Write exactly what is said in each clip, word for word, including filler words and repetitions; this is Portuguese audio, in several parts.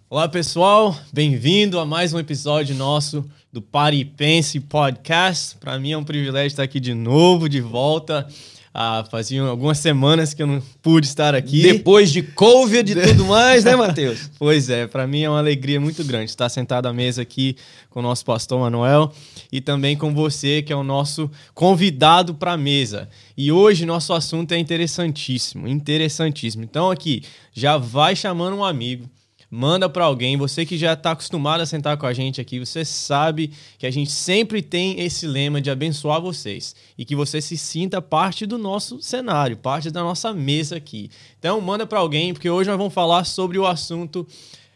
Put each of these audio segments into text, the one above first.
Olá pessoal, bem-vindo a mais um episódio nosso do Pare e Pense Podcast. Para mim é um privilégio estar aqui de novo, de volta. Ah, faziam algumas semanas que eu não pude estar aqui. Depois de Covid e tudo mais, né, Matheus? Pois é, para mim é uma alegria muito grande estar sentado à mesa aqui com o nosso pastor Manuel e também com você, que é o nosso convidado para a mesa. E hoje nosso assunto é interessantíssimo, interessantíssimo. Então aqui, já vai chamando um amigo. Manda para alguém, você que já está acostumado a sentar com a gente aqui, você sabe que a gente sempre tem esse lema de abençoar vocês e que você se sinta parte do nosso cenário, parte da nossa mesa aqui. Então manda para alguém, porque hoje nós vamos falar sobre o assunto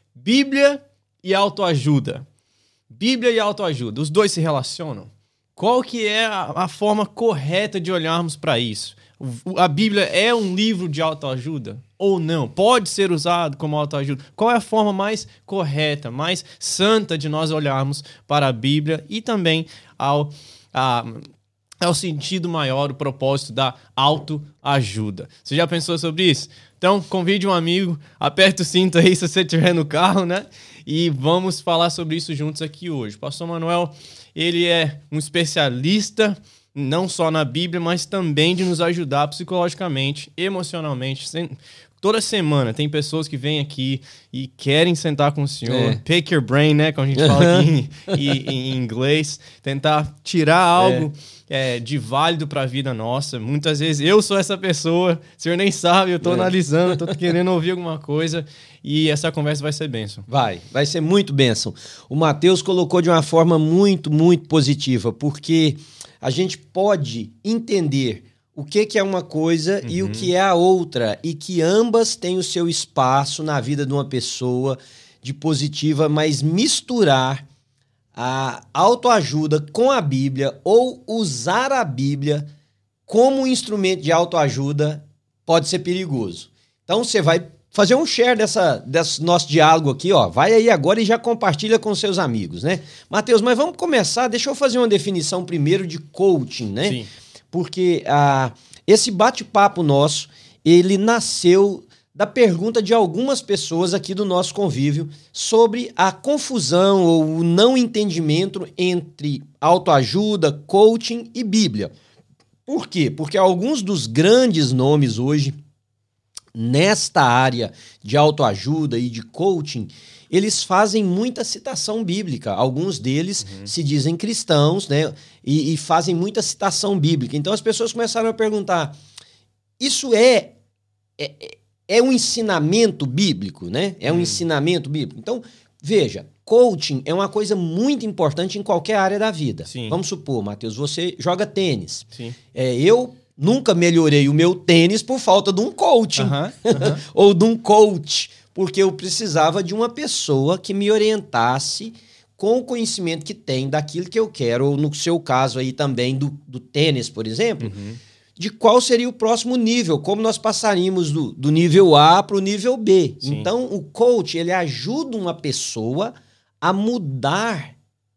Bíblia e autoajuda. Bíblia e autoajuda, os dois se relacionam? Qual que é a, a forma correta de olharmos para isso? A Bíblia é um livro de autoajuda ou não? Pode ser usado como autoajuda? Qual é a forma mais correta, mais santa de nós olharmos para a Bíblia e também ao, a, ao sentido maior, o propósito da autoajuda? Você já pensou sobre isso? Então, convide um amigo, aperta o cinto aí se você estiver no carro, né? E vamos falar sobre isso juntos aqui hoje. O pastor Manuel, ele é um especialista não só na Bíblia, mas também de nos ajudar psicologicamente, emocionalmente. Toda semana tem pessoas que vêm aqui e querem sentar com o senhor, é. pick your brain, né, como a gente fala aqui em, em, em inglês, tentar tirar algo é. É, de válido para a vida nossa. Muitas vezes eu sou essa pessoa, o senhor nem sabe, eu estou é. analisando, estou querendo ouvir alguma coisa e essa conversa vai ser bênção. Vai, vai ser muito bênção. O Matheus colocou de uma forma muito, muito positiva, porque a gente pode entender o que, que é uma coisa uhum. e o que é a outra, e que ambas têm o seu espaço na vida de uma pessoa de positiva, mas misturar a autoajuda com a Bíblia ou usar a Bíblia como um instrumento de autoajuda pode ser perigoso. Então você vai fazer um share dessa, desse nosso diálogo aqui, ó. Vai aí agora e já compartilha com seus amigos, né? Matheus, mas vamos começar, deixa eu fazer uma definição primeiro de coaching, né? Sim. Porque ah, esse bate-papo nosso, ele nasceu da pergunta de algumas pessoas aqui do nosso convívio sobre a confusão ou o não entendimento entre autoajuda, coaching e Bíblia. Por quê? Porque alguns dos grandes nomes hoje nesta área de autoajuda e de coaching, eles fazem muita citação bíblica. Alguns deles uhum. se dizem cristãos, né? E, e fazem muita citação bíblica. Então as pessoas começaram a perguntar, isso é, é, é um ensinamento bíblico, né? É um uhum. ensinamento bíblico. Então, veja, coaching é uma coisa muito importante em qualquer área da vida. Sim. Vamos supor, Matheus, você joga tênis. Sim. É, eu... Nunca melhorei o meu tênis por falta de um coaching uhum, uhum. ou de um coach, porque eu precisava de uma pessoa que me orientasse com o conhecimento que tem daquilo que eu quero, ou no seu caso aí também do, do tênis, por exemplo, uhum. de qual seria o próximo nível, como nós passaríamos do, do nível A para o nível B. Sim. Então, o coach, ele ajuda uma pessoa a mudar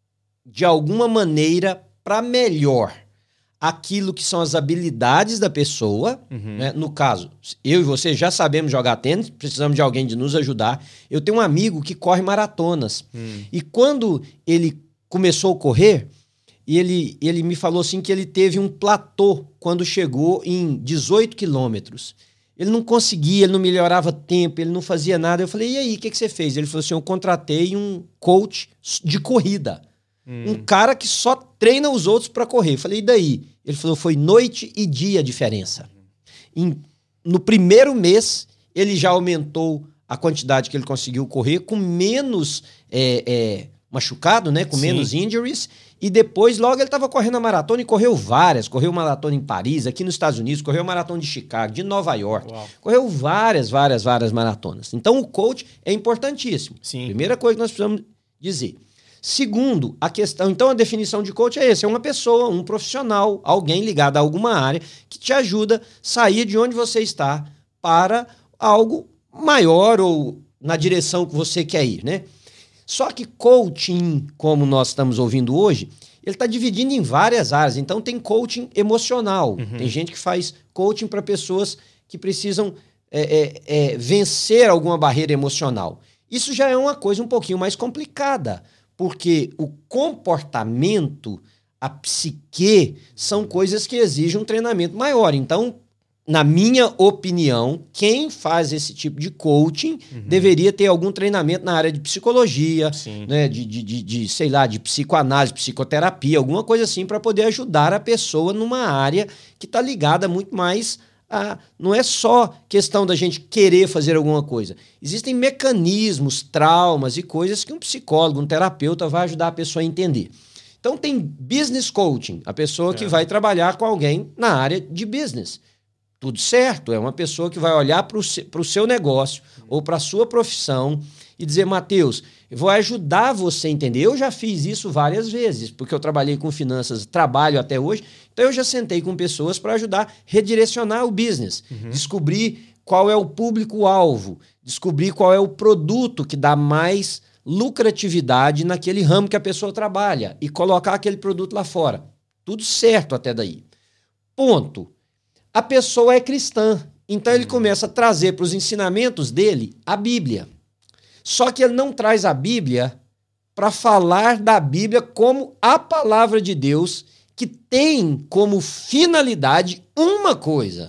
de alguma maneira para melhor aquilo que são as habilidades da pessoa, uhum. né? No caso, eu e você já sabemos jogar tênis, precisamos de alguém de nos ajudar. Eu tenho um amigo que corre maratonas. Uhum. E quando ele começou a correr, ele, ele me falou assim que ele teve um platô quando chegou em dezoito quilômetros. Ele não conseguia, ele não melhorava tempo, ele não fazia nada. Eu falei, e aí, o que, que você fez? Ele falou assim, eu contratei um coach de corrida. Hum. Um cara que só treina os outros para correr. Eu falei, e daí? Ele falou, foi noite e dia a diferença. Em, no primeiro mês, ele já aumentou a quantidade que ele conseguiu correr com menos é, é, machucado, né? Com Sim. menos injuries. E depois, logo, ele estava correndo a maratona e correu várias. Correu maratona em Paris, aqui nos Estados Unidos, correu a maratona de Chicago, de Nova York. Uau. Correu várias, várias, várias maratonas. Então, o coach é importantíssimo. Sim. Primeira coisa que nós precisamos dizer. Segundo, a questão, então a definição de coach é esse, é uma pessoa, um profissional, alguém ligado a alguma área que te ajuda a sair de onde você está para algo maior ou na direção que você quer ir, né? Só que coaching, como nós estamos ouvindo hoje, ele está dividindo em várias áreas. Então tem coaching emocional, uhum. tem gente que faz coaching para pessoas que precisam é, é, é, vencer alguma barreira emocional. Isso já é uma coisa um pouquinho mais complicada, porque o comportamento, a psique, são coisas que exigem um treinamento maior. Então, na minha opinião, quem faz esse tipo de coaching uhum. deveria ter algum treinamento na área de psicologia, né, de, de, de, de, sei lá, de psicoanálise, psicoterapia, alguma coisa assim, para poder ajudar a pessoa numa área que está ligada muito mais a... Não é só questão da gente querer fazer alguma coisa. Existem mecanismos, traumas e coisas que um psicólogo, um terapeuta vai ajudar a pessoa a entender. Então tem business coaching, a pessoa que é. vai trabalhar com alguém na área de business. Tudo certo, é uma pessoa que vai olhar para o seu negócio ou para a sua profissão e dizer, Matheus, eu vou ajudar você a entender. Eu já fiz isso várias vezes, porque eu trabalhei com finanças, trabalho até hoje, então eu já sentei com pessoas para ajudar a redirecionar o business, uhum. descobrir qual é o público-alvo, descobrir qual é o produto que dá mais lucratividade naquele ramo que a pessoa trabalha e colocar aquele produto lá fora. Tudo certo até daí. Ponto. A pessoa é cristã, então ele começa a trazer para os ensinamentos dele a Bíblia. Só que ele não traz a Bíblia para falar da Bíblia como a palavra de Deus, que tem como finalidade uma coisa.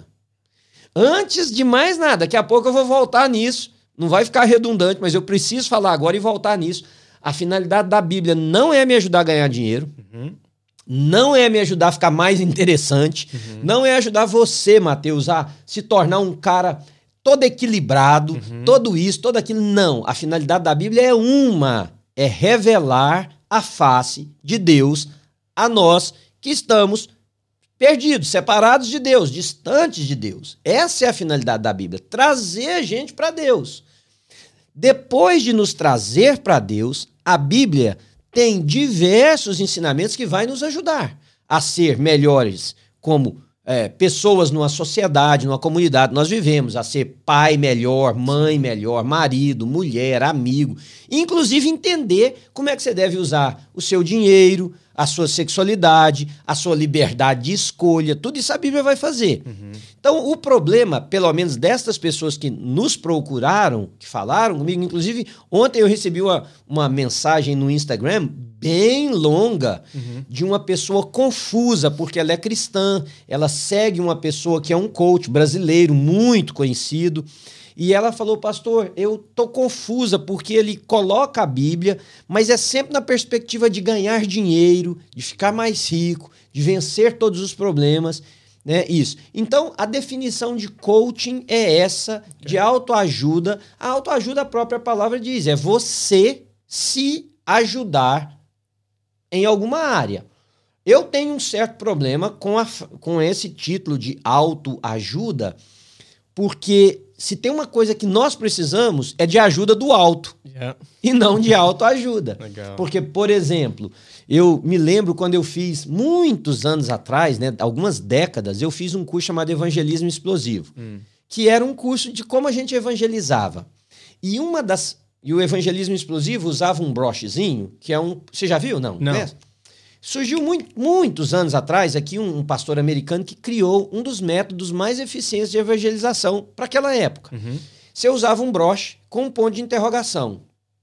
Antes de mais nada, daqui a pouco eu vou voltar nisso, não vai ficar redundante, mas eu preciso falar agora e voltar nisso. A finalidade da Bíblia não é me ajudar a ganhar dinheiro, uhum. não é me ajudar a ficar mais interessante, uhum. não é ajudar você, Matheus, a se tornar um cara todo equilibrado, uhum. todo isso, todo aquilo. Não, a finalidade da Bíblia é uma, é revelar a face de Deus a nós que estamos perdidos, separados de Deus, distantes de Deus. Essa é a finalidade da Bíblia, trazer a gente para Deus. Depois de nos trazer para Deus, a Bíblia tem diversos ensinamentos que vai nos ajudar a ser melhores como é, pessoas numa sociedade, numa comunidade. Nós vivemos a ser pai melhor, mãe melhor, marido, mulher, amigo. Inclusive entender como é que você deve usar o seu dinheiro, a sua sexualidade, a sua liberdade de escolha. Tudo isso a Bíblia vai fazer. Uhum. Então, o problema, pelo menos destas pessoas que nos procuraram, que falaram comigo, inclusive ontem eu recebi uma, uma mensagem no Instagram bem longa uhum. de uma pessoa confusa, porque ela é cristã, ela segue uma pessoa que é um coach brasileiro muito conhecido, e ela falou, pastor, eu tô confusa porque ele coloca a Bíblia, mas é sempre na perspectiva de ganhar dinheiro, de ficar mais rico, de vencer todos os problemas, né? Isso. Então, a definição de coaching é essa, de autoajuda. A autoajuda, a própria palavra diz, é você se ajudar em alguma área. Eu tenho um certo problema com, a, com esse título de autoajuda, porque se tem uma coisa que nós precisamos é de ajuda do alto yeah. e não de autoajuda. Legal. Porque, por exemplo, eu me lembro quando eu fiz, muitos anos atrás, né, algumas décadas, eu fiz um curso chamado Evangelismo Explosivo, hum. que era um curso de como a gente evangelizava. E uma das... E o Evangelismo Explosivo usava um brochezinho, que é um... Você já viu? Não. Não. É? Surgiu muito, muitos anos atrás aqui um, um pastor americano que criou um dos métodos mais eficientes de evangelização para aquela época. Uhum. Você usava um broche com um ponto de interrogação.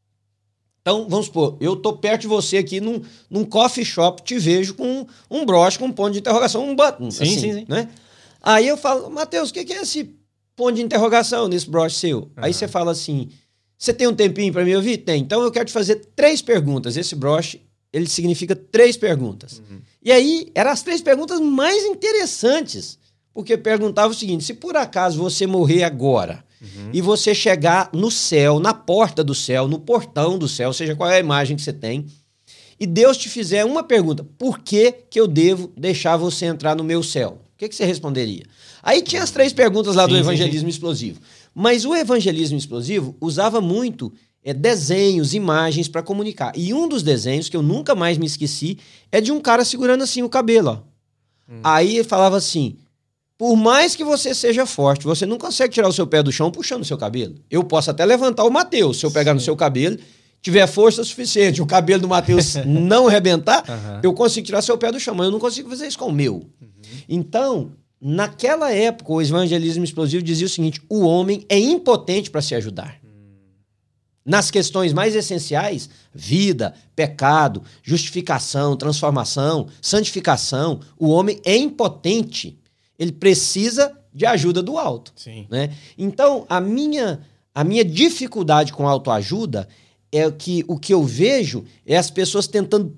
Então, vamos supor, eu estou perto de você aqui num, num coffee shop, te vejo com um, um broche com um ponto de interrogação, um button. Sim, assim, sim, sim. Né? Aí eu falo, Matheus, o que, que é esse ponto de interrogação nesse broche seu? Uhum. Aí você fala assim, você tem um tempinho para me ouvir? Tem. Então eu quero te fazer três perguntas. Esse broche... ele significa três perguntas. Uhum. E aí, eram as três perguntas mais interessantes, porque perguntava o seguinte, se por acaso você morrer agora uhum. e você chegar no céu, na porta do céu, no portão do céu, seja qual é a imagem que você tem, e Deus te fizer uma pergunta, por que que eu devo deixar você entrar no meu céu? O que que você responderia? Aí tinha as três perguntas lá sim, do evangelismo sim, sim. explosivo. Mas o evangelismo explosivo usava muito... É, desenhos, imagens para comunicar. E um dos desenhos, que eu nunca mais me esqueci, é de um cara segurando assim o cabelo. Ó. Hum. Aí ele falava assim, por mais que você seja forte, você não consegue tirar o seu pé do chão puxando o seu cabelo. Eu posso até levantar o Matheus, se eu pegar Sim. no seu cabelo, tiver força suficiente, o cabelo do Matheus não arrebentar, uhum. eu consigo tirar seu pé do chão, mas eu não consigo fazer isso com o meu. Uhum. Então, naquela época, o evangelismo explosivo dizia o seguinte, o homem é impotente para se ajudar. nas questões mais essenciais, vida, pecado, justificação, transformação, santificação, o homem é impotente. Ele precisa de ajuda do alto. Sim. Né? Então, a minha, a minha dificuldade com autoajuda é que o que eu vejo é as pessoas tentando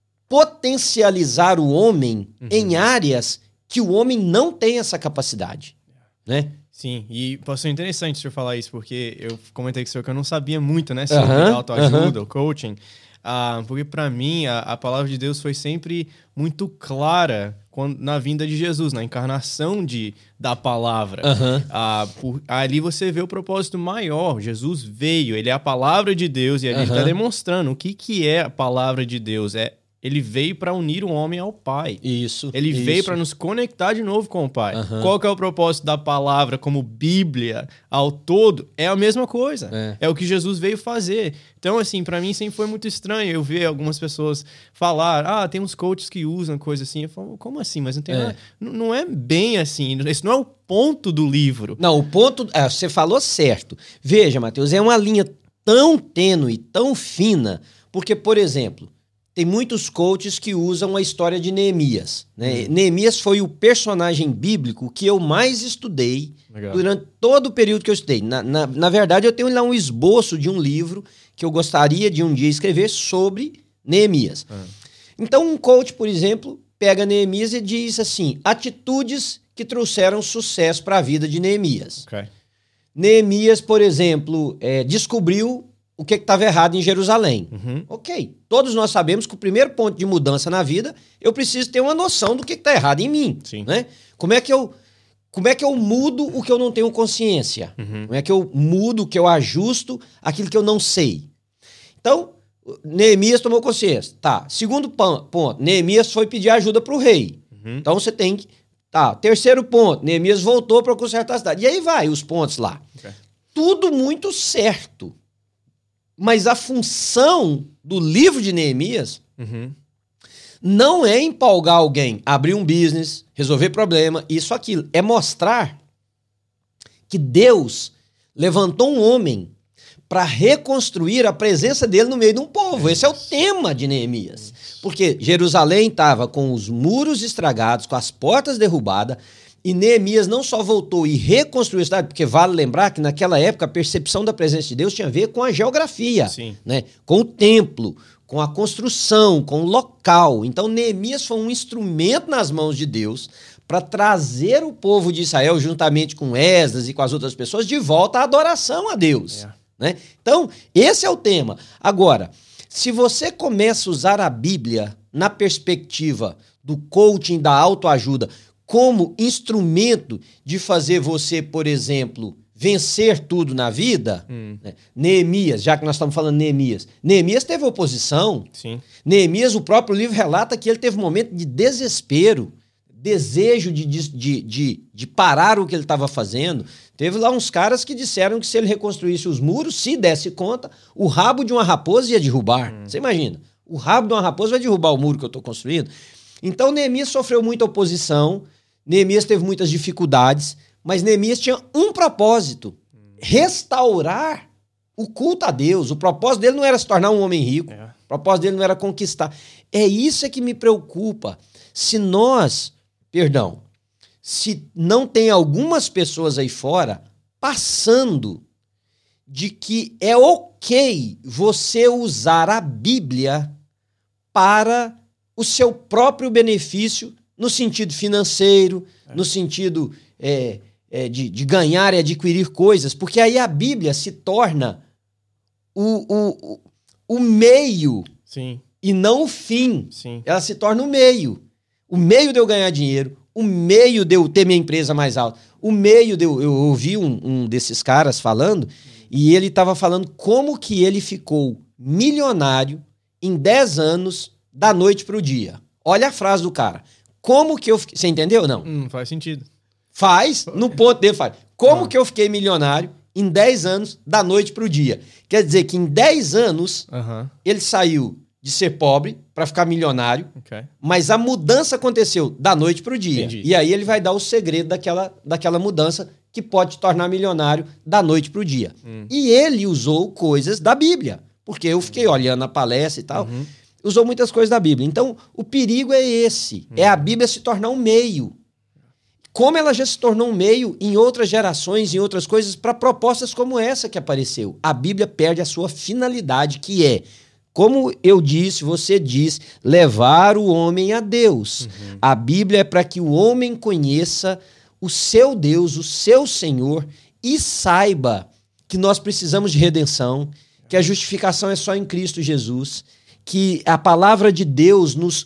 potencializar o homem uhum. em áreas que o homem não tem essa capacidade. Né? Sim, e passou interessante o senhor falar isso, porque eu comentei com o senhor que eu não sabia muito, né, sobre uh-huh, autoajuda, uh-huh. o coaching, ah, porque para mim a, a palavra de Deus foi sempre muito clara quando, na vinda de Jesus, na encarnação de, da palavra. Uh-huh. Ah, por, ali você vê o propósito maior, Jesus veio, ele é a palavra de Deus e ali uh-huh. ele está demonstrando o que, que é a palavra de Deus, é Ele veio para unir o homem ao Pai. Isso. Ele isso. veio para nos conectar de novo com o Pai. Uhum. Qual que é o propósito da palavra como Bíblia ao todo? É a mesma coisa. É, é o que Jesus veio fazer. Então, assim, para mim sempre foi muito estranho eu ver algumas pessoas falar, ah, tem uns coaches que usam coisa assim. Eu falo, como assim? Mas não tem é. nada. Não, não é bem assim. Esse não é o ponto do livro. Não, o ponto... É, você falou certo. Veja, Mateus, é uma linha tão tênue, tão fina, porque, por exemplo... Tem muitos coaches que usam a história de Neemias. Né? Hum. Neemias foi o personagem bíblico que eu mais estudei Legal. Durante todo o período que eu estudei. Na, na, na verdade, eu tenho lá um esboço de um livro que eu gostaria de um dia escrever sobre Neemias. Hum. Então, um coach, por exemplo, pega Neemias e diz assim, atitudes que trouxeram sucesso para a vida de Neemias. Okay. Neemias, por exemplo, é, descobriu o que estava errado em Jerusalém. Uhum. Ok. Todos nós sabemos que o primeiro ponto de mudança na vida, eu preciso ter uma noção do que está errado em mim. Sim. Né? Como é que eu, como é que eu mudo o que eu não tenho consciência? Uhum. Como é que eu mudo, o que eu ajusto, aquilo que eu não sei? Então, Neemias tomou consciência. Tá. Segundo ponto, Neemias foi pedir ajuda para o rei. Uhum. Então, você tem que... Tá. Terceiro ponto, Neemias voltou para consertar a cidade. E aí vai os pontos lá. Okay. Tudo muito certo. Mas a função do livro de Neemias uhum. não é empolgar alguém, abrir um business, resolver problema, isso, aquilo. É mostrar que Deus levantou um homem para reconstruir a presença dele no meio de um povo. Esse é o tema de Neemias. Porque Jerusalém estava com os muros estragados, com as portas derrubadas, e Neemias não só voltou e reconstruiu a cidade, porque vale lembrar que naquela época a percepção da presença de Deus tinha a ver com a geografia, né? Com o templo, com a construção, com o local. Então Neemias foi um instrumento nas mãos de Deus para trazer o povo de Israel, juntamente com Esdras e com as outras pessoas, de volta à adoração a Deus. É. Né? Então, esse é o tema. Agora, se você começa a usar a Bíblia na perspectiva do coaching, da autoajuda, como instrumento de fazer você, por exemplo, vencer tudo na vida, hum. né? Neemias, já que nós estamos falando de Neemias, Neemias teve oposição. Sim. Neemias, o próprio livro relata que ele teve um momento de desespero, desejo de, de, de, de parar o que ele estava fazendo. Teve lá uns caras que disseram que se ele reconstruísse os muros, se desse conta, o rabo de uma raposa ia derrubar. Hum. Você imagina, o rabo de uma raposa vai derrubar o muro que eu estou construindo. Então Neemias sofreu muita oposição, Neemias teve muitas dificuldades, mas Neemias tinha um propósito, restaurar o culto a Deus. O propósito dele não era se tornar um homem rico, é. O propósito dele não era conquistar. É isso é que me preocupa. Se nós, perdão, se não tem algumas pessoas aí fora passando de que é ok você usar a Bíblia para o seu próprio benefício, no sentido financeiro, é. no sentido é, é, de, de ganhar e adquirir coisas, porque aí a Bíblia se torna o, o, o meio Sim. e não o fim. Sim. Ela se torna o meio. O meio de eu ganhar dinheiro, o meio de eu ter minha empresa mais alta, o meio de eu... Eu ouvi um, um desses caras falando, hum. e ele estava falando como que ele ficou milionário em dez anos da noite para o dia. Olha a frase do cara. Como que eu fiquei... Você entendeu ou não? Hum, faz sentido. Faz, no ponto dele faz. Como ah. que eu fiquei milionário em dez anos da noite para o dia? Quer dizer que em dez anos uh-huh. ele saiu de ser pobre para ficar milionário, okay. mas a mudança aconteceu da noite para o dia. Entendi. E aí ele vai dar o segredo daquela, daquela mudança, que pode te tornar milionário da noite para o dia. Hum. E ele usou coisas da Bíblia, porque eu fiquei olhando a palestra e tal, uhum. usou muitas coisas da Bíblia. Então, o perigo é esse, hum. é a Bíblia se tornar um meio. Como ela já se tornou um meio em outras gerações, em outras coisas, para propostas como essa que apareceu. A Bíblia perde a sua finalidade, que é, como eu disse, você diz, levar o homem a Deus. Uhum. A Bíblia é para que o homem conheça o seu Deus, o seu Senhor, e saiba que nós precisamos de redenção, que a justificação é só em Cristo Jesus, que a palavra de Deus nos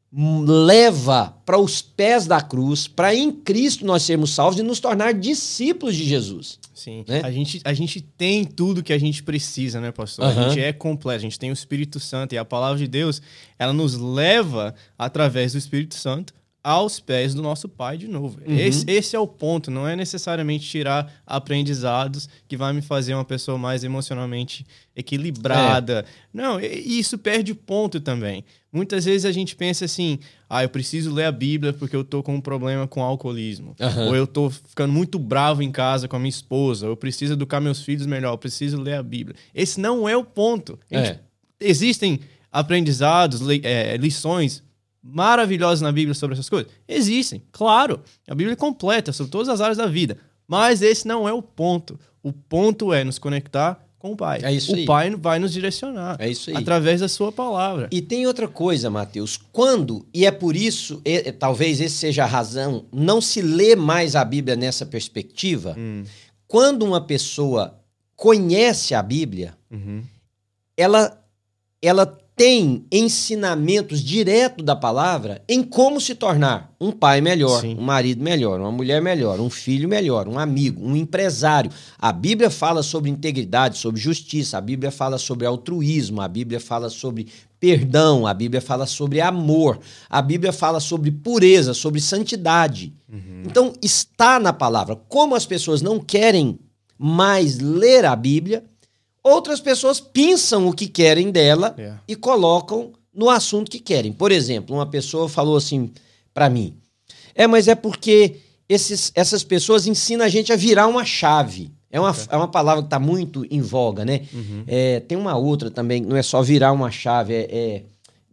leva para os pés da cruz, para em Cristo nós sermos salvos e nos tornar discípulos de Jesus. Sim, né? a, gente, a gente tem tudo que a gente precisa, né, pastor? Uhum. A gente é completo, a gente tem o Espírito Santo e a palavra de Deus, ela nos leva, através do Espírito Santo, aos pés do nosso Pai de novo. Uhum. Esse, esse é o ponto, não é necessariamente tirar aprendizados que vai me fazer uma pessoa mais emocionalmente equilibrada. É. Não, isso perde ponto também. Muitas vezes a gente pensa assim, ah, eu preciso ler a Bíblia porque eu tô com um problema com alcoolismo. Uhum. Ou eu tô ficando muito bravo em casa com a minha esposa, ou eu preciso educar meus filhos melhor, eu preciso ler a Bíblia. Esse não é o ponto. Gente, é. Existem aprendizados, li, é, lições maravilhosas na Bíblia sobre essas coisas? Existem, claro. A Bíblia é completa sobre todas as áreas da vida. Mas esse não é o ponto. O ponto é nos conectar com o Pai. É isso o aí. Pai vai nos direcionar. É isso aí. Através da sua palavra. E tem outra coisa, Mateus. Quando, e é por isso, e, talvez esse seja a razão, não se lê mais a Bíblia nessa perspectiva. Hum. Quando uma pessoa conhece a Bíblia, uhum. ela, ela tem ensinamentos direto da palavra em como se tornar um pai melhor, Sim. um marido melhor, uma mulher melhor, um filho melhor, um amigo, um empresário. A Bíblia fala sobre integridade, sobre justiça, a Bíblia fala sobre altruísmo, a Bíblia fala sobre perdão, a Bíblia fala sobre amor, a Bíblia fala sobre pureza, sobre santidade. Uhum. Então, está na palavra. Como as pessoas não querem mais ler a Bíblia, outras pessoas pensam o que querem dela yeah. e colocam no assunto que querem. Por exemplo, uma pessoa falou assim para mim, é, mas é porque esses, essas pessoas ensinam a gente a virar uma chave. É uma, okay. é uma palavra que está muito em voga, né? Uhum. É, tem uma outra também, não é só virar uma chave, é, é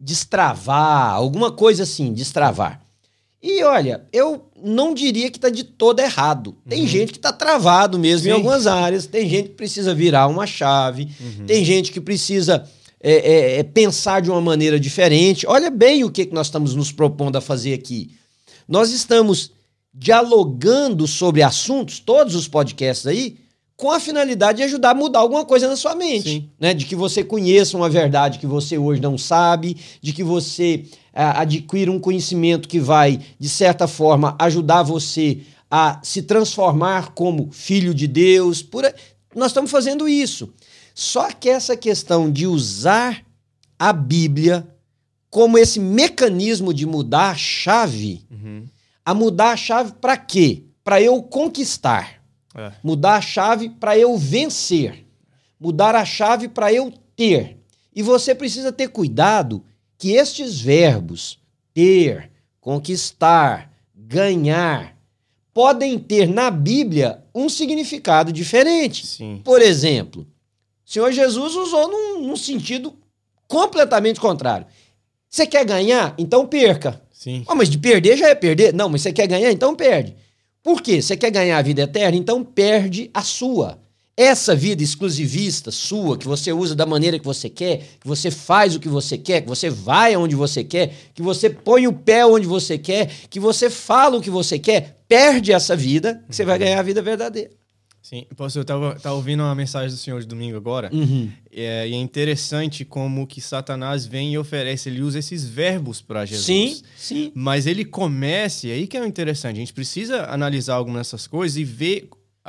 destravar, alguma coisa assim, destravar. E olha, eu não diria que está de todo errado. Tem uhum. gente que está travado mesmo Sim. em algumas áreas, tem gente que precisa virar uma chave, uhum. tem gente que precisa é, é, pensar de uma maneira diferente. Olha bem o que, que nós estamos nos propondo a fazer aqui. Nós estamos dialogando sobre assuntos, todos os podcasts aí, com a finalidade de ajudar a mudar alguma coisa na sua mente. Né? De que você conheça uma verdade que você hoje não sabe, de que você uh, adquira um conhecimento que vai, de certa forma, ajudar você a se transformar como filho de Deus. Por... Nós estamos fazendo isso. Só que essa questão de usar a Bíblia como esse mecanismo de mudar a chave, uhum. a mudar a chave para quê? Para eu conquistar. É. Mudar a chave para eu vencer. Mudar a chave para eu ter. E você precisa ter cuidado que estes verbos, ter, conquistar, ganhar, podem ter na Bíblia um significado diferente. Sim. Por exemplo, o Senhor Jesus usou num, num sentido completamente contrário. Você quer ganhar? Então perca. Sim. Oh, mas de perder já é perder. Não, mas você quer ganhar? Então perde. Por quê? Você quer ganhar a vida eterna? Então perde a sua. Essa vida exclusivista sua, que você usa da maneira que você quer, que você faz o que você quer, que você vai aonde você quer, que você põe o pé onde você quer, que você fala o que você quer, perde essa vida, que você vai ganhar a vida verdadeira. Sim, eu estava tá ouvindo uma mensagem do Senhor de domingo agora, uhum. é, e é interessante como que Satanás vem e oferece, ele usa esses verbos para Jesus. Sim, sim. Mas ele começa, e aí que é o interessante, a gente precisa analisar algumas dessas coisas e ver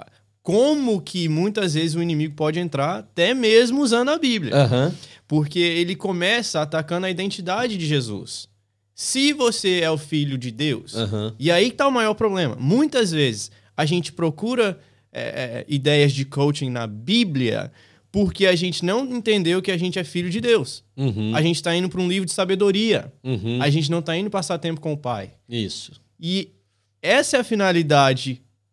como que muitas vezes o inimigo pode entrar, até mesmo usando a Bíblia. Uhum. Porque ele começa atacando a identidade de Jesus. Se você é o filho de Deus, uhum. e aí que tá o maior problema. Muitas vezes a gente procura é, ideias de coaching na Bíblia porque a gente não entendeu que a gente é filho de Deus. Uhum. A gente está indo para um livro de sabedoria. Uhum. A gente não está indo passar tempo com o Pai. Isso. E essa é a finalidade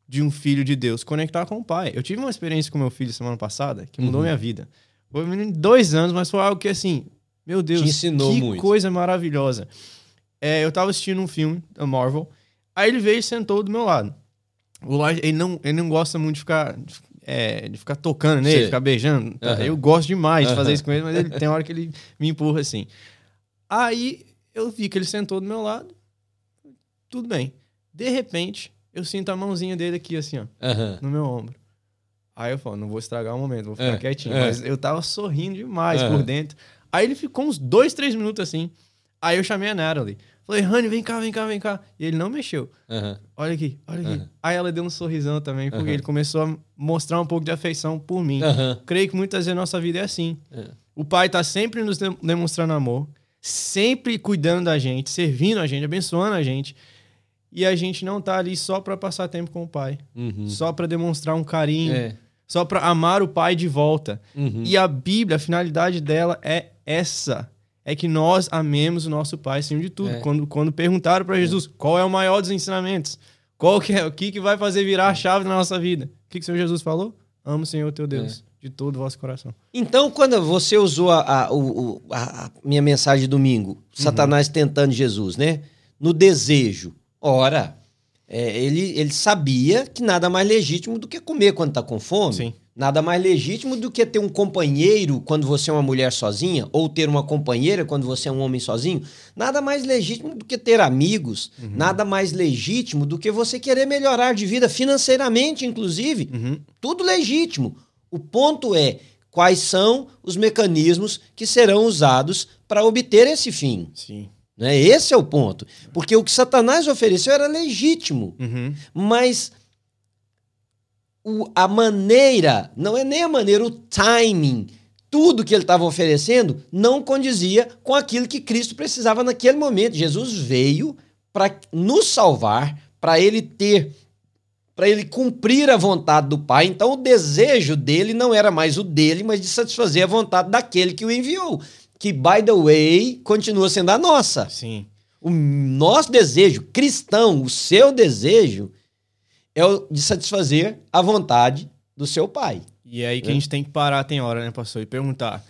de um filho de Deus? Conectar com o pai. Eu tive uma experiência com meu filho semana passada que mudou uhum. minha vida. Foi um menino de dois anos, mas foi algo que, assim, meu Deus, te ensinou que muito. Coisa maravilhosa. É, eu tava assistindo um filme da Marvel, aí ele veio e sentou do meu lado. O Lars, ele não, ele não gosta muito de ficar, é, de ficar tocando nele, Sim. ficar beijando. Tá? Uhum. Eu gosto demais de fazer uhum. isso com ele, mas ele, tem hora que ele me empurra assim. Aí eu vi que ele sentou do meu lado, tudo bem. De repente, eu sinto a mãozinha dele aqui, assim, ó, uhum. no meu ombro. Aí eu falo, não vou estragar o momento, vou ficar uhum. quietinho. Uhum. Mas eu tava sorrindo demais uhum. por dentro. Aí ele ficou uns dois, três minutos assim. Aí eu chamei a Natalie. Falei, Honey, vem cá, vem cá, vem cá. E ele não mexeu. Uhum. Olha aqui, olha aqui. Uhum. Aí ela deu um sorrisão também, porque uhum. ele começou a mostrar um pouco de afeição por mim. Uhum. Creio que muitas vezes a nossa vida é assim. Uhum. O pai tá sempre nos demonstrando amor, sempre cuidando da gente, servindo a gente, abençoando a gente. E a gente não tá ali só pra passar tempo com o pai. Uhum. Só pra demonstrar um carinho. É. Só pra amar o pai de volta. Uhum. E a Bíblia, a finalidade dela é essa. É que nós amemos o nosso pai acima de tudo. É. Quando, quando perguntaram para Jesus é. qual é o maior dos ensinamentos, qual que é, o que, que vai fazer virar a chave na nossa vida, o que, que o Senhor Jesus falou? Ama o Senhor teu Deus é. de todo o vosso coração. Então, quando você usou a, a, o, a, a minha mensagem de domingo, uhum. Satanás tentando Jesus, né? No desejo. Ora, é, ele, ele sabia que nada mais legítimo do que comer quando está com fome. Sim. Nada mais legítimo do que ter um companheiro quando você é uma mulher sozinha, ou ter uma companheira quando você é um homem sozinho. Nada mais legítimo do que ter amigos. Uhum. Nada mais legítimo do que você querer melhorar de vida financeiramente, inclusive. Uhum. Tudo legítimo. O ponto é quais são os mecanismos que serão usados para obter esse fim. Sim. Né? Esse é o ponto. Porque o que Satanás ofereceu era legítimo. Uhum. Mas o, a maneira, não é nem a maneira, o timing, tudo que ele estava oferecendo não condizia com aquilo que Cristo precisava naquele momento. Jesus veio para nos salvar, para ele ter, para ele cumprir a vontade do Pai. Então o desejo dele não era mais o dele, mas de satisfazer a vontade daquele que o enviou. Que, by the way, continua sendo a nossa. Sim. O nosso desejo cristão, o seu desejo, é o de satisfazer a vontade do seu pai. E é aí que é. a gente tem que parar, tem hora, né, pastor? E perguntar,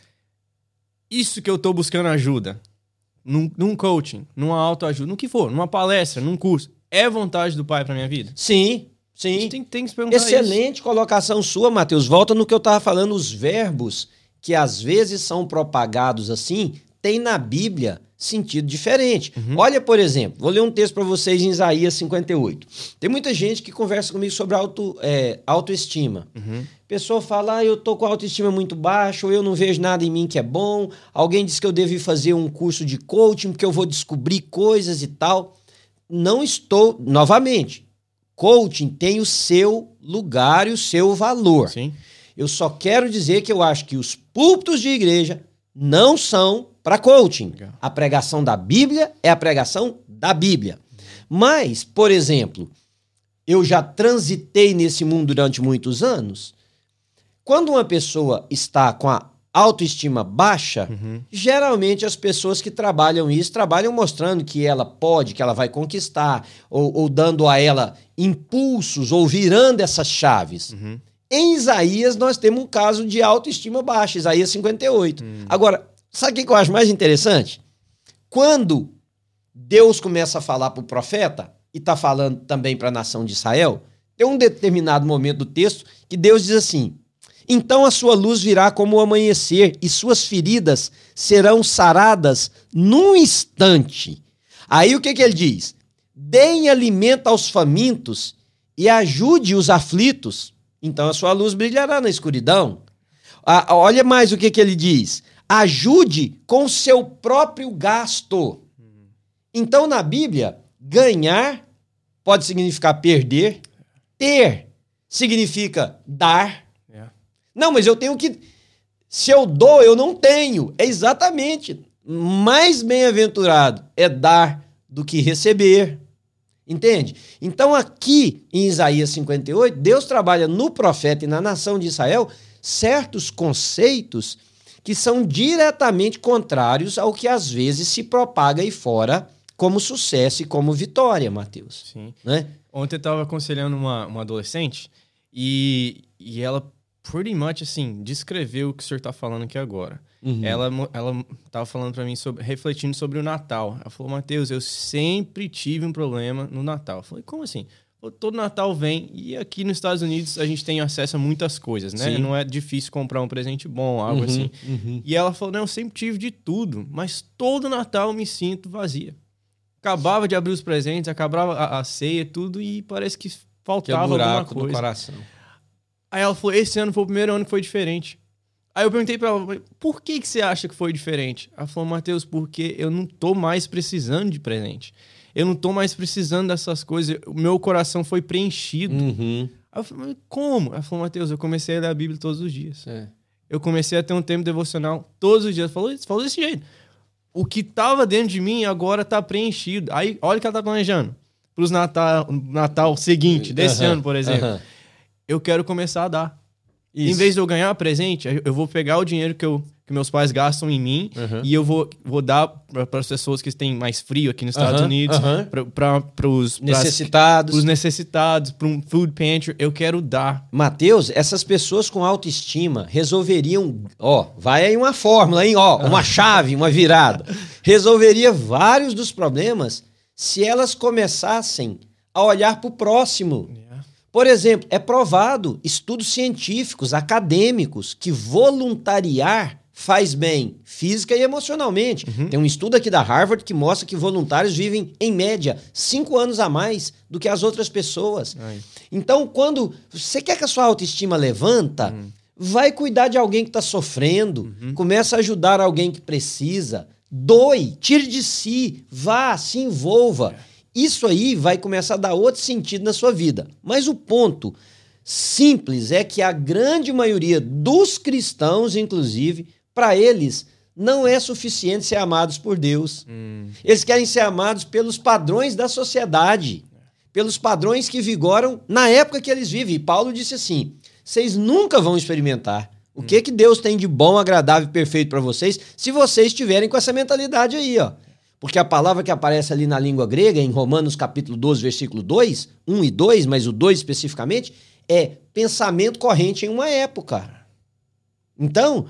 isso que eu tô buscando ajuda, num, num coaching, numa autoajuda, no que for, numa palestra, num curso, é vontade do pai pra minha vida? Sim, sim. A gente tem, tem que se perguntar Excelente isso. colocação sua, Matheus. Volta no que eu tava falando, os verbos que às vezes são propagados assim, tem na Bíblia sentido diferente. Uhum. Olha, por exemplo, vou ler um texto para vocês em Isaías cinquenta e oito. Tem muita gente que conversa comigo sobre auto, é, autoestima. Uhum. Pessoa fala, ah, eu tô com autoestima muito baixa, ou eu não vejo nada em mim que é bom. Alguém diz que eu devo fazer um curso de coaching, porque eu vou descobrir coisas e tal. Não estou, novamente, coaching tem o seu lugar e o seu valor. Sim. Eu só quero dizer que eu acho que os púlpitos de igreja não são para coaching. Legal. A pregação da Bíblia é a pregação da Bíblia. Mas, por exemplo, eu já transitei nesse mundo durante muitos anos. Quando uma pessoa está com a autoestima baixa, uhum. geralmente as pessoas que trabalham isso, trabalham mostrando que ela pode, que ela vai conquistar, ou, ou dando a ela impulsos, ou virando essas chaves. Uhum. Em Isaías, nós temos um caso de autoestima baixa, Isaías cinquenta e oito. Hum. Agora, sabe o que eu acho mais interessante? Quando Deus começa a falar para o profeta, e está falando também para a nação de Israel, tem um determinado momento do texto que Deus diz assim, então a sua luz virá como o amanhecer, e suas feridas serão saradas num instante. Aí o que, que ele diz? Deem alimento aos famintos e ajude os aflitos. Então a sua luz brilhará na escuridão. Ah, olha mais o que, que ele diz. Ajude com seu próprio gasto. Então na Bíblia, ganhar pode significar perder. Ter significa dar. Yeah. Não, mas eu tenho que... Se eu dou, eu não tenho. É exatamente. Mais bem-aventurado é dar do que receber. Entende? Então aqui em Isaías cinquenta e oito, Deus trabalha no profeta e na nação de Israel certos conceitos que são diretamente contrários ao que às vezes se propaga aí fora como sucesso e como vitória, Mateus. Sim. Né? Ontem eu estava aconselhando uma, uma adolescente e, e ela, pretty much, assim, descreveu o que o senhor está falando aqui agora. Uhum. Ela ela estava falando para mim, sobre, refletindo sobre o Natal. Ela falou, Mateus, eu sempre tive um problema no Natal. Eu falei, como assim? Todo Natal vem e aqui nos Estados Unidos a gente tem acesso a muitas coisas, né? Sim. Não é difícil comprar um presente bom, algo uhum, assim. Uhum. E ela falou, não, eu sempre tive de tudo, mas todo Natal eu me sinto vazia. Acabava de abrir os presentes, acabava a, a ceia, tudo, e parece que faltava que é alguma coisa. No coração. Aí ela falou, esse ano foi o primeiro ano que foi diferente. Aí eu perguntei pra ela, por que, que você acha que foi diferente? Ela falou, Mateus, porque eu não tô mais precisando de presente. Eu não tô mais precisando dessas coisas. O meu coração foi preenchido. Uhum. Aí eu falei, como? Ela falou, Mateus, eu comecei a ler a Bíblia todos os dias. É. Eu comecei a ter um tempo devocional todos os dias. Falou, falou desse jeito. O que tava dentro de mim agora tá preenchido. Aí, olha o que ela tá planejando. Pros Natal, Natal seguinte, desse uhum. ano, por exemplo. Uhum. Eu quero começar a dar. Isso. Em vez de eu ganhar presente, eu vou pegar o dinheiro que, eu, que meus pais gastam em mim uhum. e eu vou, vou dar para as pessoas que têm mais frio aqui nos Estados uhum. Unidos, uhum. para os necessitados, os necessitados, para um food pantry. Eu quero dar. Mateus, essas pessoas com autoestima resolveriam, ó, vai aí uma fórmula, hein, ó, uma chave, uma virada. Resolveria vários dos problemas se elas começassem a olhar para o próximo. Por exemplo, é provado, estudos científicos, acadêmicos, que voluntariar faz bem física e emocionalmente. Uhum. Tem um estudo aqui da Harvard que mostra que voluntários vivem, em média, cinco anos a mais do que as outras pessoas. Ai. Então, quando você quer que a sua autoestima levanta, uhum. vai cuidar de alguém que está sofrendo, uhum. começa a ajudar alguém que precisa, doe, tire de si, vá, se envolva. É. Isso aí vai começar a dar outro sentido na sua vida. Mas o ponto simples é que a grande maioria dos cristãos, inclusive, para eles, não é suficiente ser amados por Deus. Hum. Eles querem ser amados pelos padrões da sociedade, pelos padrões que vigoram na época que eles vivem. E Paulo disse assim, vocês nunca vão experimentar o hum. que, que Deus tem de bom, agradável e perfeito para vocês se vocês estiverem com essa mentalidade aí, ó. Porque a palavra que aparece ali na língua grega, em Romanos capítulo doze, versículo dois, um e dois, mas o dois especificamente, é pensamento corrente em uma época. Então,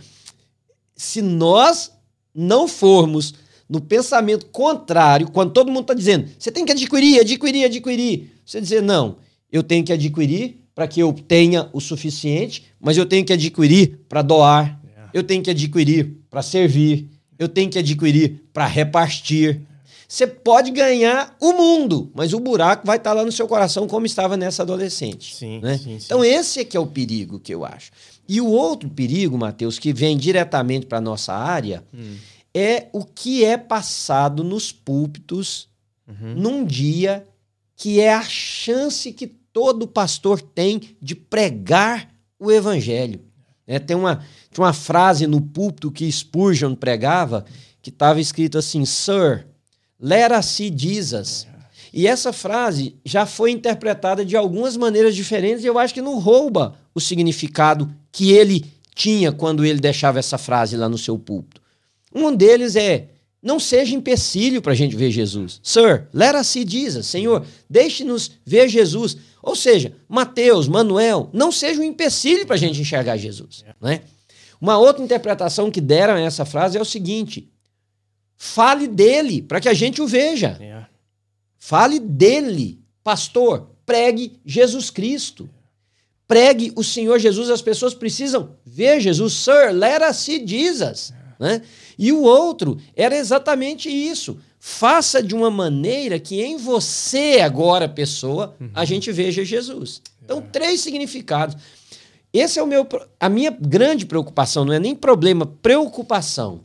se nós não formos no pensamento contrário, quando todo mundo está dizendo, você tem que adquirir, adquirir, adquirir, você dizer, não, eu tenho que adquirir para que eu tenha o suficiente, mas eu tenho que adquirir para doar, eu tenho que adquirir para servir, eu tenho que adquirir para repartir. Você pode ganhar o mundo, mas o buraco vai estar lá no seu coração como estava nessa adolescente. Sim, né? sim, sim. Então esse é que é o perigo que eu acho. E o outro perigo, Mateus, que vem diretamente para a nossa área, hum. é o que é passado nos púlpitos uhum. num dia que é a chance que todo pastor tem de pregar o evangelho. É, tem uma, tem uma frase no púlpito que Spurgeon pregava que estava escrito assim, Sir, let us see Jesus. E essa frase já foi interpretada de algumas maneiras diferentes e eu acho que não rouba o significado que ele tinha quando ele deixava essa frase lá no seu púlpito. Um deles é, não seja empecilho para a gente ver Jesus. Sir, let us see Jesus. Senhor, deixe-nos ver Jesus. Ou seja, Mateus, Manuel, não seja um empecilho para a gente enxergar Jesus. Né? Uma outra interpretação que deram a essa frase é o seguinte, fale dele para que a gente o veja. Yeah. Fale dele, pastor, pregue Jesus Cristo. Pregue o Senhor Jesus, as pessoas precisam ver Jesus. Sir, let us see Jesus. Yeah. Né? E o outro era exatamente isso. Faça de uma maneira que em você agora, pessoa, uhum. a gente veja Jesus. Então, yeah. três significados. Esse é o meu, a minha grande preocupação, não é nem problema, preocupação.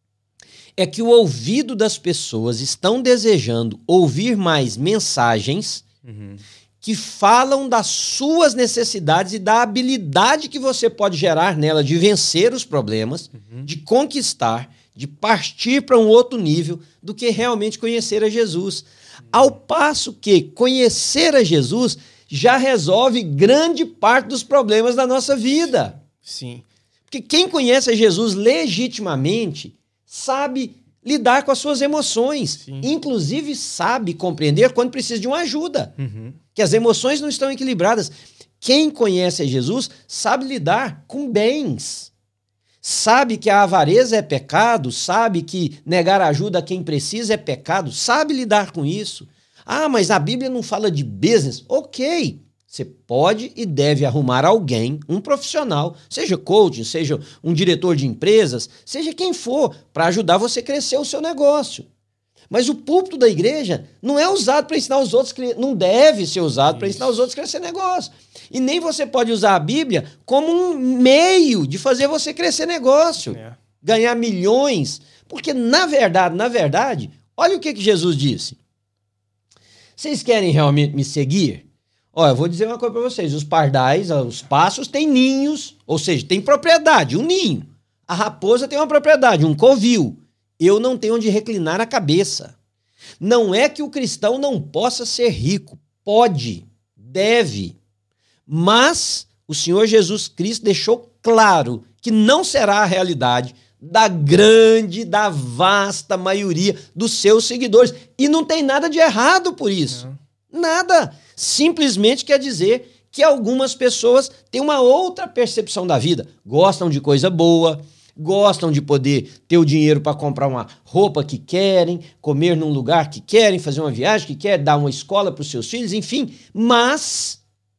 É que o ouvido das pessoas estão desejando ouvir mais mensagens uhum. que falam das suas necessidades e da habilidade que você pode gerar nela de vencer os problemas, uhum. de conquistar, de partir para um outro nível do que realmente conhecer a Jesus. Uhum. Ao passo que conhecer a Jesus já resolve grande parte dos problemas da nossa vida. Sim. Porque quem conhece a Jesus legitimamente sabe lidar com as suas emoções. Sim. Inclusive sabe compreender quando precisa de uma ajuda. Uhum. Que as emoções não estão equilibradas. Quem conhece Jesus sabe lidar com bens. Sabe que a avareza é pecado, sabe que negar ajuda a quem precisa é pecado, sabe lidar com isso. Ah, mas a Bíblia não fala de business. Ok, você pode e deve arrumar alguém, um profissional, seja coaching, seja um diretor de empresas, seja quem for, para ajudar você a crescer o seu negócio. Mas o púlpito da igreja não é usado para ensinar os outros, não deve ser usado para ensinar os outros a crescer negócio. E nem você pode usar a Bíblia como um meio de fazer você crescer negócio, é. ganhar milhões. Porque, na verdade, na verdade, olha o que, que Jesus disse. Vocês querem realmente me seguir? Olha, eu vou dizer uma coisa para vocês. Os pardais, os passos têm ninhos, ou seja, tem propriedade, um ninho. A raposa tem uma propriedade, um covil. Eu não tenho onde reclinar a cabeça. Não é que o cristão não possa ser rico. Pode, deve. Mas o Senhor Jesus Cristo deixou claro que não será a realidade da grande, da vasta maioria dos seus seguidores. E não tem nada de errado por isso. Não. Nada. Simplesmente quer dizer que algumas pessoas têm uma outra percepção da vida. Gostam de coisa boa, gostam de poder ter o dinheiro para comprar uma roupa que querem, comer num lugar que querem, fazer uma viagem que querem, dar uma escola para os seus filhos, enfim. Mas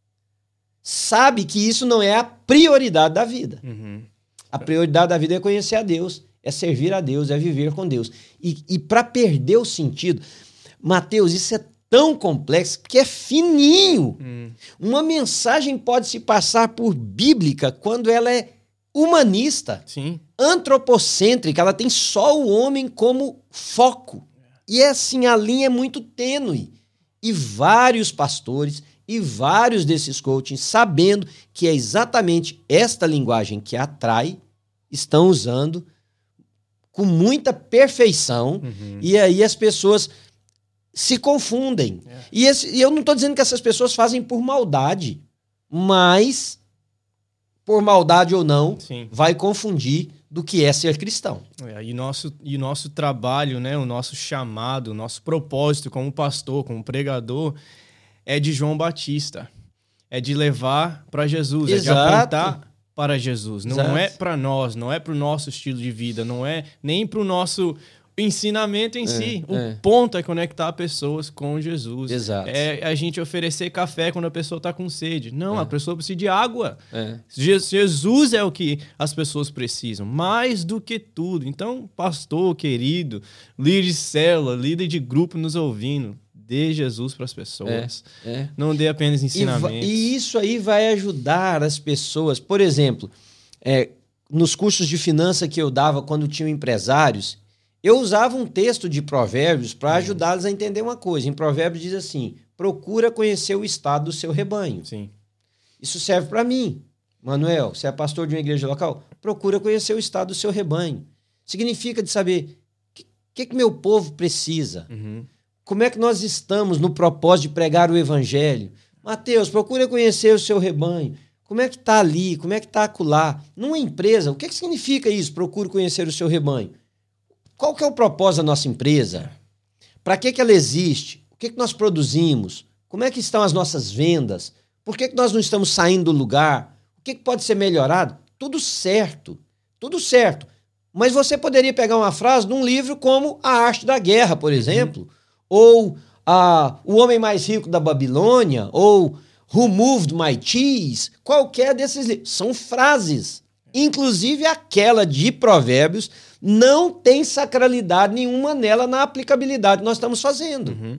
sabe que isso não é a prioridade da vida. Uhum. A prioridade da vida é conhecer a Deus, é servir a Deus, é viver com Deus. E, e para perder o sentido, Mateus, isso é tão complexo que é fininho. Hum. Uma mensagem pode se passar por bíblica quando ela é humanista, Sim. antropocêntrica, ela tem só o homem como foco. E assim, a linha é muito tênue. E vários pastores e vários desses coachings, sabendo que é exatamente esta linguagem que atrai, estão usando com muita perfeição, uhum. e aí as pessoas se confundem. É. E, esse, e eu não estou dizendo que essas pessoas fazem por maldade, mas, por maldade ou não, Sim. vai confundir do que é ser cristão. É, e nosso, e nosso trabalho, né, o nosso chamado, o nosso propósito como pastor, como pregador, é de João Batista. É de levar para Jesus, Exato. é de apontar para Jesus. Não Exato. é para nós, não é para o nosso estilo de vida, não é nem para o nosso ensinamento em é, si. O é. ponto é conectar pessoas com Jesus. Exato. É a gente oferecer café quando a pessoa está com sede. Não, é. a pessoa precisa de água. É. Jesus é o que as pessoas precisam, mais do que tudo. Então, pastor querido, líder de célula, líder de grupo nos ouvindo, dê Jesus para as pessoas. É, é. Não dê apenas ensinamentos. E, e isso aí vai ajudar as pessoas. Por exemplo, é, nos cursos de finança que eu dava quando tinham empresários, eu usava um texto de Provérbios para ajudá-los a entender uma coisa. Em Provérbios diz assim, procura conhecer o estado do seu rebanho. Sim. Isso serve para mim. Manuel, você é pastor de uma igreja local? Procura conhecer o estado do seu rebanho. Significa de saber o que, que, que meu povo precisa. Uhum. Como é que nós estamos no propósito de pregar o evangelho? Mateus, procura conhecer o seu rebanho. Como é que está ali? Como é que está acolá? Numa empresa, o que, que significa isso? Procure conhecer o seu rebanho. Qual que é o propósito da nossa empresa? Para que, que ela existe? O que, que nós produzimos? Como é que estão as nossas vendas? Por que, que nós não estamos saindo do lugar? O que, que pode ser melhorado? Tudo certo. Tudo certo. Mas você poderia pegar uma frase de um livro como A Arte da Guerra, por exemplo, uhum. ou a, O Homem Mais Rico da Babilônia, ou Who Moved My Cheese, qualquer desses livros. São frases. Inclusive aquela de Provérbios não tem sacralidade nenhuma nela na aplicabilidade que nós estamos fazendo. Uhum.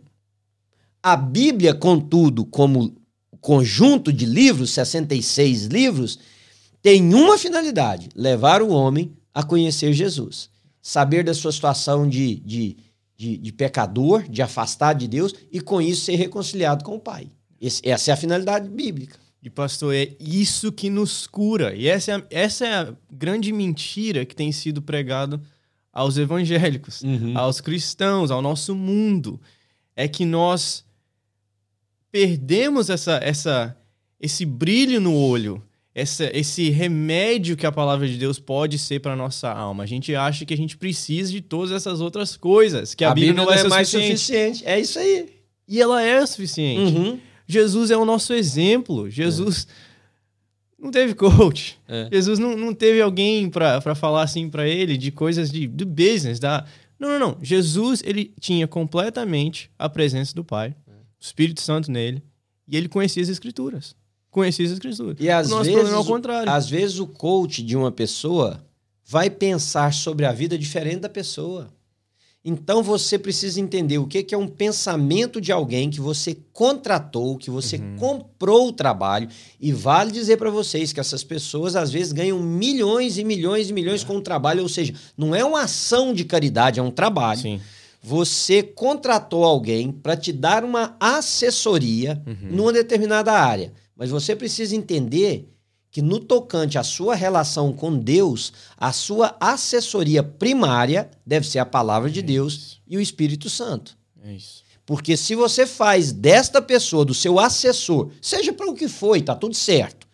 A Bíblia, contudo, como conjunto de livros, sessenta e seis livros, tem uma finalidade, levar o homem a conhecer Jesus. Saber da sua situação de, de, de, de pecador, de afastado de Deus, e com isso ser reconciliado com o Pai. Esse, essa é a finalidade bíblica. E, pastor, é isso que nos cura. E essa é a, essa é a grande mentira que tem sido pregado aos evangélicos, uhum. aos cristãos, ao nosso mundo. É que nós perdemos essa, essa, esse brilho no olho, essa, esse remédio que a palavra de Deus pode ser para nossa alma. A gente acha que a gente precisa de todas essas outras coisas, que a, a Bíblia, Bíblia não, não é mais suficiente. suficiente. É isso aí. E ela é o suficiente. Uhum. Jesus é o nosso exemplo. Jesus é. não teve coach. É. Jesus não, não teve alguém para falar assim para ele de coisas de, do business. Da... Não, não, não. Jesus, ele tinha completamente a presença do Pai, é. o Espírito Santo nele, e ele conhecia as Escrituras. Conhecia as Escrituras. E às vezes, problema é ao contrário. Às vezes o coach de uma pessoa vai pensar sobre a vida diferente da pessoa. Então você precisa entender o que é um pensamento de alguém que você contratou, que você uhum. comprou o trabalho. E vale dizer para vocês que essas pessoas às vezes ganham milhões e milhões e milhões é. com o trabalho. Ou seja, não é uma ação de caridade, é um trabalho. Sim. Você contratou alguém para te dar uma assessoria uhum. numa determinada área. Mas você precisa entender que no tocante à sua relação com Deus, a sua assessoria primária deve ser a palavra de é Deus isso. e o Espírito Santo. É isso. Porque se você faz desta pessoa, do seu assessor, seja para o que for, tá tudo certo.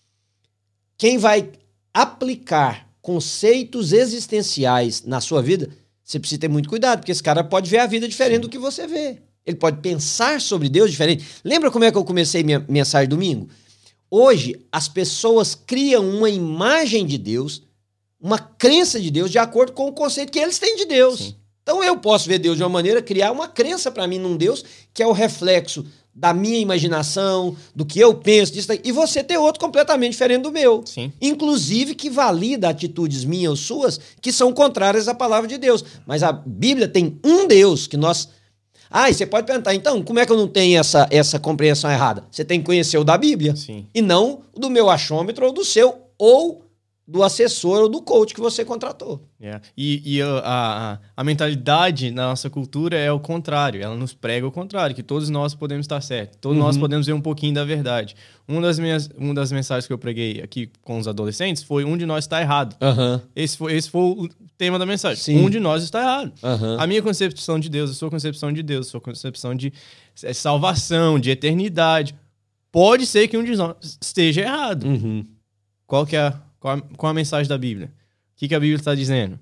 Quem vai aplicar conceitos existenciais na sua vida, você precisa ter muito cuidado, porque esse cara pode ver a vida diferente Sim. do que você vê. Ele pode pensar sobre Deus diferente. Lembra como é que eu comecei minha mensagem domingo? Hoje, as pessoas criam uma imagem de Deus, uma crença de Deus, de acordo com o conceito que eles têm de Deus. Sim. Então, eu posso ver Deus de uma maneira, criar uma crença para mim num Deus que é o reflexo da minha imaginação, do que eu penso, disso, e você ter outro completamente diferente do meu. Sim. Inclusive que valida atitudes minhas ou suas que são contrárias à palavra de Deus. Mas a Bíblia tem um Deus que nós... Ah, e você pode perguntar, então, como é que eu não tenho essa, essa compreensão errada? Você tem que conhecer o da Bíblia. Sim. E não do meu achômetro ou do seu, ou do assessor ou do coach que você contratou. Yeah. E, e a, a, a mentalidade na nossa cultura é o contrário. Ela nos prega o contrário, que todos nós podemos estar certos. Todos uhum. nós podemos ver um pouquinho da verdade. Uma das, minhas, uma das mensagens que eu preguei aqui com os adolescentes foi um de nós está errado. Uhum. Esse, foi, esse foi o tema da mensagem. Sim. Um de nós está errado. Uhum. A minha concepção de Deus, a sua concepção de Deus, a sua concepção de salvação, de eternidade, pode ser que um de nós esteja errado. Uhum. Qual que é a, qual a, qual a mensagem da Bíblia? O que, que a Bíblia está dizendo?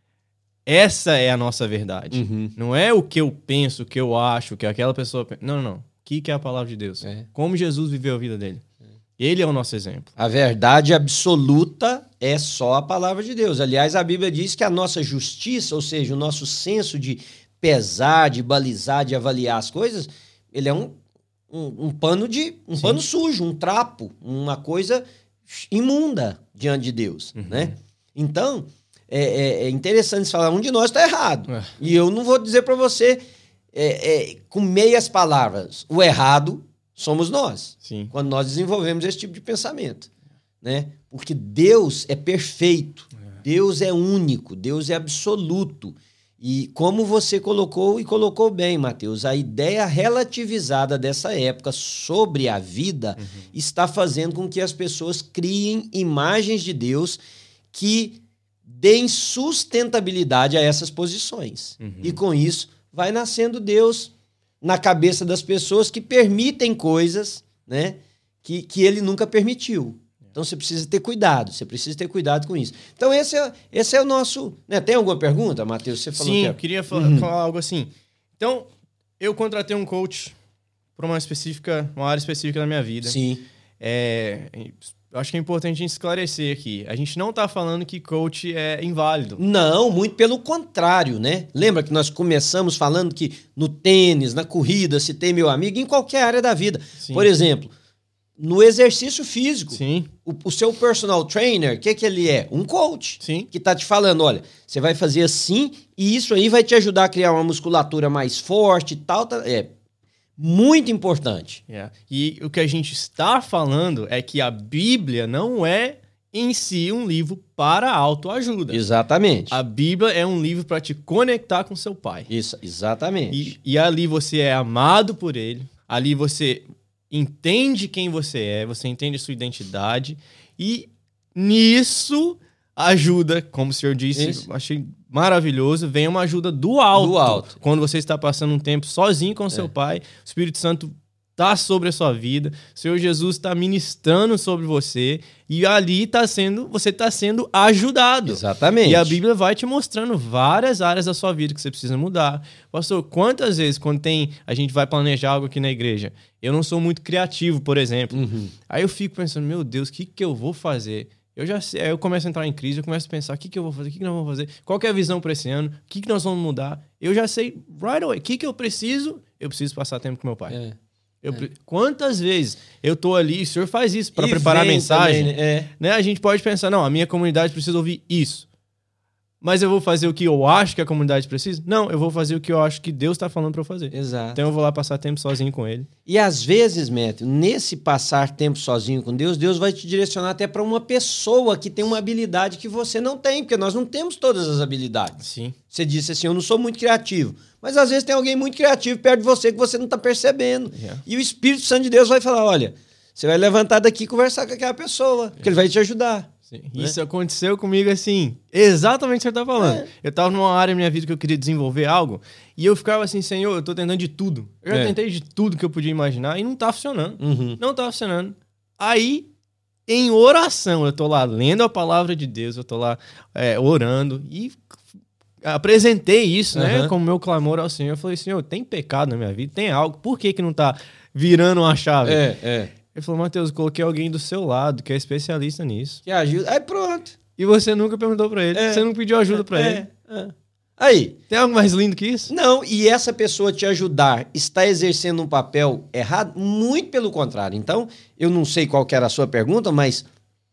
Essa é a nossa verdade. Uhum. Não é o que eu penso, o que eu acho, o que aquela pessoa pensa. Não, não, não. O que, que é a palavra de Deus? É. Como Jesus viveu a vida dele. É. Ele é o nosso exemplo. A verdade absoluta é só a palavra de Deus. Aliás, a Bíblia diz que a nossa justiça, ou seja, o nosso senso de pesar, de balizar, de avaliar as coisas, ele é um, um, um pano de um Sim. pano sujo, um trapo, uma coisa imunda diante de Deus, uhum. né? Então, é, é interessante falar, um de nós está errado. É. E eu não vou dizer para você é, é, com meias palavras. O errado somos nós. Sim. Quando nós desenvolvemos esse tipo de pensamento, né? Porque Deus é perfeito, é. Deus é único, Deus é absoluto. E como você colocou e colocou bem, Mateus, a ideia relativizada dessa época sobre a vida uhum. está fazendo com que as pessoas criem imagens de Deus que deem sustentabilidade a essas posições. Uhum. E com isso vai nascendo Deus na cabeça das pessoas que permitem coisas, né, que, que ele nunca permitiu. Então você precisa ter cuidado, você precisa ter cuidado com isso. Então esse é, esse é o nosso... Né? Tem alguma pergunta, Mateus? Você falou Sim, que é... eu queria falar, uhum. falar algo assim. Então, eu contratei um coach para uma específica, uma área específica da minha vida. Sim. É, eu acho que é importante a gente esclarecer aqui. A gente não está falando que coach é inválido. Não, muito pelo contrário, né? Lembra que nós começamos falando que no tênis, na corrida, se tem meu amigo, em qualquer área da vida. Sim. Por exemplo... No exercício físico, Sim. O, o seu personal trainer, o que, que ele é? Um coach. Sim. Que tá te falando, olha, você vai fazer assim e isso aí vai te ajudar a criar uma musculatura mais forte e tal. Tá, é muito importante. Yeah. E o que a gente está falando é que a Bíblia não é em si um livro para autoajuda. Exatamente. A Bíblia é um livro para te conectar com seu pai. Isso, exatamente. E, e ali você é amado por ele, ali você... entende quem você é, você entende a sua identidade e nisso ajuda, como o senhor disse, Isso. achei maravilhoso, vem uma ajuda do alto. Do alto. Quando você está passando um tempo sozinho com é. seu pai, o Espírito Santo está sobre a sua vida, o Senhor Jesus está ministrando sobre você e ali tá sendo, você está sendo ajudado. Exatamente. E a Bíblia vai te mostrando várias áreas da sua vida que você precisa mudar. Pastor, quantas vezes quando tem, a gente vai planejar algo aqui na igreja, eu não sou muito criativo, por exemplo. Uhum. Aí eu fico pensando, meu Deus, o que, que eu vou fazer? Eu já sei, aí eu começo a entrar em crise, eu começo a pensar, o que, que eu vou fazer, o que, que nós vamos fazer, qual que é a visão para esse ano, o que, que nós vamos mudar. Eu já sei, right away, o que, que eu preciso? Eu preciso passar tempo com meu pai. É. Eu, é. Quantas vezes eu tô ali, o senhor faz isso para preparar a mensagem, também, né? É. né? A gente pode pensar, não, a minha comunidade precisa ouvir isso. Mas eu vou fazer o que eu acho que a comunidade precisa? Não, eu vou fazer o que eu acho que Deus está falando para eu fazer. Exato. Então eu vou lá passar tempo sozinho com ele. E às vezes, Matthew, nesse passar tempo sozinho com Deus, Deus vai te direcionar até para uma pessoa que tem uma habilidade que você não tem, porque nós não temos todas as habilidades. Sim. Você disse assim, eu não sou muito criativo. Mas às vezes tem alguém muito criativo perto de você que você não está percebendo. Yeah. E o Espírito Santo de Deus vai falar, olha, você vai levantar daqui e conversar com aquela pessoa, porque ele vai te ajudar. Sim. Isso né? aconteceu comigo assim, exatamente o que você está falando. É. Eu estava numa área da minha vida que eu queria desenvolver algo e eu ficava assim, Senhor, eu estou tentando de tudo. Eu já é. tentei de tudo que eu podia imaginar e não está funcionando. Uhum. Não está funcionando. Aí, em oração, eu estou lá lendo a palavra de Deus, eu estou lá é, orando e apresentei isso, uhum. né, como meu clamor ao Senhor. Eu falei, Senhor, tem pecado na minha vida? Tem algo? Por que que não está virando uma chave? É, é. Ele falou, Matheus, eu coloquei alguém do seu lado que é especialista nisso. Que ajuda. Aí pronto. E você nunca perguntou pra ele. É. Você não pediu ajuda pra é. ele. É. Aí. Tem algo mais lindo que isso? Não, e essa pessoa te ajudar está exercendo um papel errado? Muito pelo contrário. Então, eu não sei qual que era a sua pergunta, mas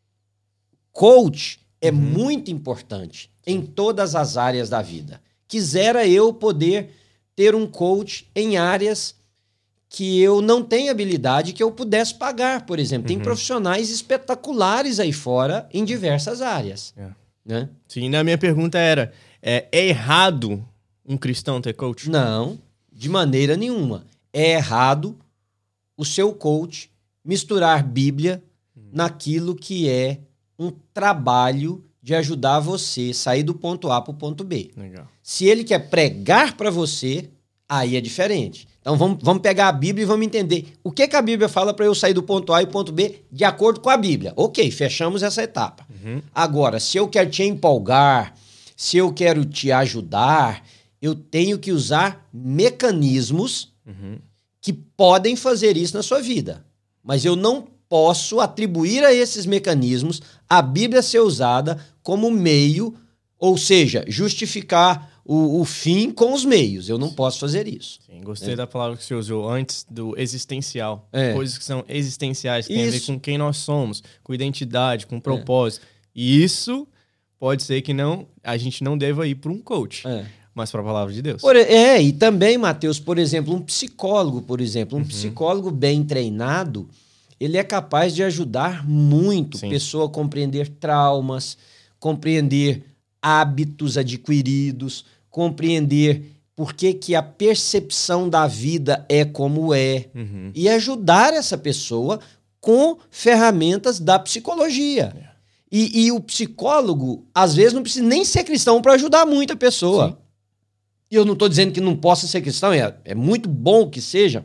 coach é uhum. muito importante Sim. em todas as áreas da vida. Quisera eu poder ter um coach em áreas que eu não tenho habilidade que eu pudesse pagar, por exemplo. Tem uhum. profissionais espetaculares aí fora em diversas áreas. É. Né? Sim, na minha pergunta era, é, é errado um cristão ter coach? Não, de maneira nenhuma. É errado o seu coach misturar Bíblia uhum. naquilo que é um trabalho de ajudar você a sair do ponto A para o ponto B. Legal. Se ele quer pregar para você, aí é diferente. Então vamos, vamos pegar a Bíblia e vamos entender o que, que a Bíblia fala para eu sair do ponto A e ponto B de acordo com a Bíblia. Ok, fechamos essa etapa. Uhum. Agora, se eu quero te empolgar, se eu quero te ajudar, eu tenho que usar mecanismos uhum. que podem fazer isso na sua vida. Mas eu não posso atribuir a esses mecanismos a Bíblia ser usada como meio, ou seja, justificar O, o fim com os meios. Eu não posso fazer isso. Sim, gostei é. da palavra que você usou antes do existencial. É. Coisas que são existenciais, que isso. tem a ver com quem nós somos, com identidade, com propósito. É. E isso pode ser que não, a gente não deva ir para um coach, é. mas para a palavra de Deus. Por, é, e também, Matheus, por exemplo, um psicólogo, por exemplo, um uhum. psicólogo bem treinado, ele é capaz de ajudar muito a pessoa a compreender traumas, compreender hábitos adquiridos, compreender por que, que a percepção da vida é como é uhum. e ajudar essa pessoa com ferramentas da psicologia. É. E, e o psicólogo, às vezes, não precisa nem ser cristão para ajudar muito a pessoa. Sim. E eu não estou dizendo que não possa ser cristão, é, é muito bom que seja,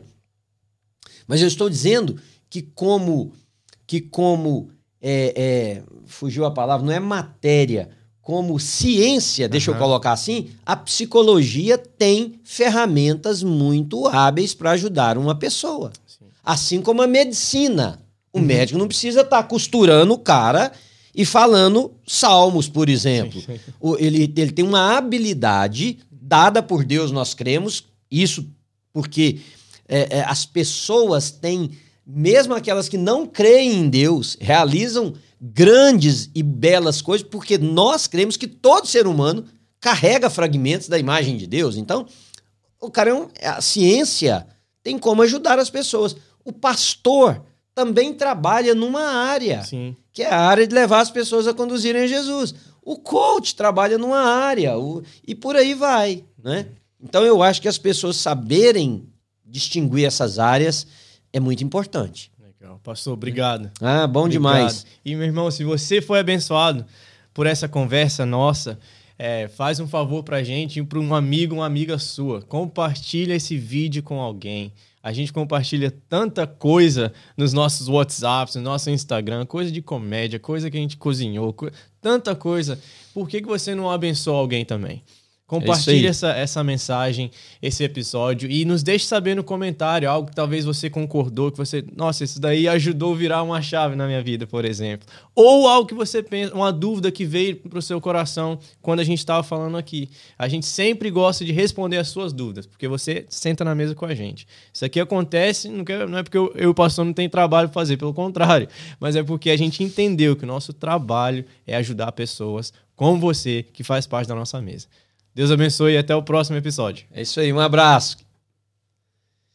mas eu estou dizendo que como, que como é, é, fugiu a palavra, não é matéria, como ciência, deixa uhum. eu colocar assim, a psicologia tem ferramentas muito hábeis para ajudar uma pessoa. Sim. Assim como a medicina. O uhum. médico não precisa estar tá costurando o cara e falando salmos, por exemplo. Sim, sim. O, ele, ele tem uma habilidade dada por Deus, nós cremos, isso porque é, é, as pessoas têm, mesmo aquelas que não creem em Deus, realizam grandes e belas coisas, porque nós cremos que todo ser humano carrega fragmentos da imagem de Deus. Então, o cara é um, a ciência tem como ajudar as pessoas. O pastor também trabalha numa área, Sim. que é a área de levar as pessoas a conduzirem a Jesus. O coach trabalha numa área, o, e por aí vai, né? Então, eu acho que as pessoas saberem distinguir essas áreas é muito importante. Pastor, obrigado. Ah, bom obrigado. demais. E, meu irmão, se você foi abençoado por essa conversa nossa, é, faz um favor pra gente e para um amigo, uma amiga sua. Compartilha esse vídeo com alguém. A gente compartilha tanta coisa nos nossos WhatsApps, no nosso Instagram, coisa de comédia, coisa que a gente cozinhou, co- tanta coisa. Por que que você não abençoa alguém também? Compartilhe É essa, essa mensagem, esse episódio e nos deixe saber no comentário algo que talvez você concordou, que você, nossa, isso daí ajudou a virar uma chave na minha vida, por exemplo. Ou algo que você pensa, uma dúvida que veio para o seu coração quando a gente estava falando aqui. A gente sempre gosta de responder as suas dúvidas, porque você senta na mesa com a gente. Isso aqui acontece, não, quer, não é porque eu, eu e o pastor não tem trabalho para fazer, pelo contrário, mas é porque a gente entendeu que o nosso trabalho é ajudar pessoas como você, que faz parte da nossa mesa. Deus abençoe e até o próximo episódio. É isso aí, um abraço.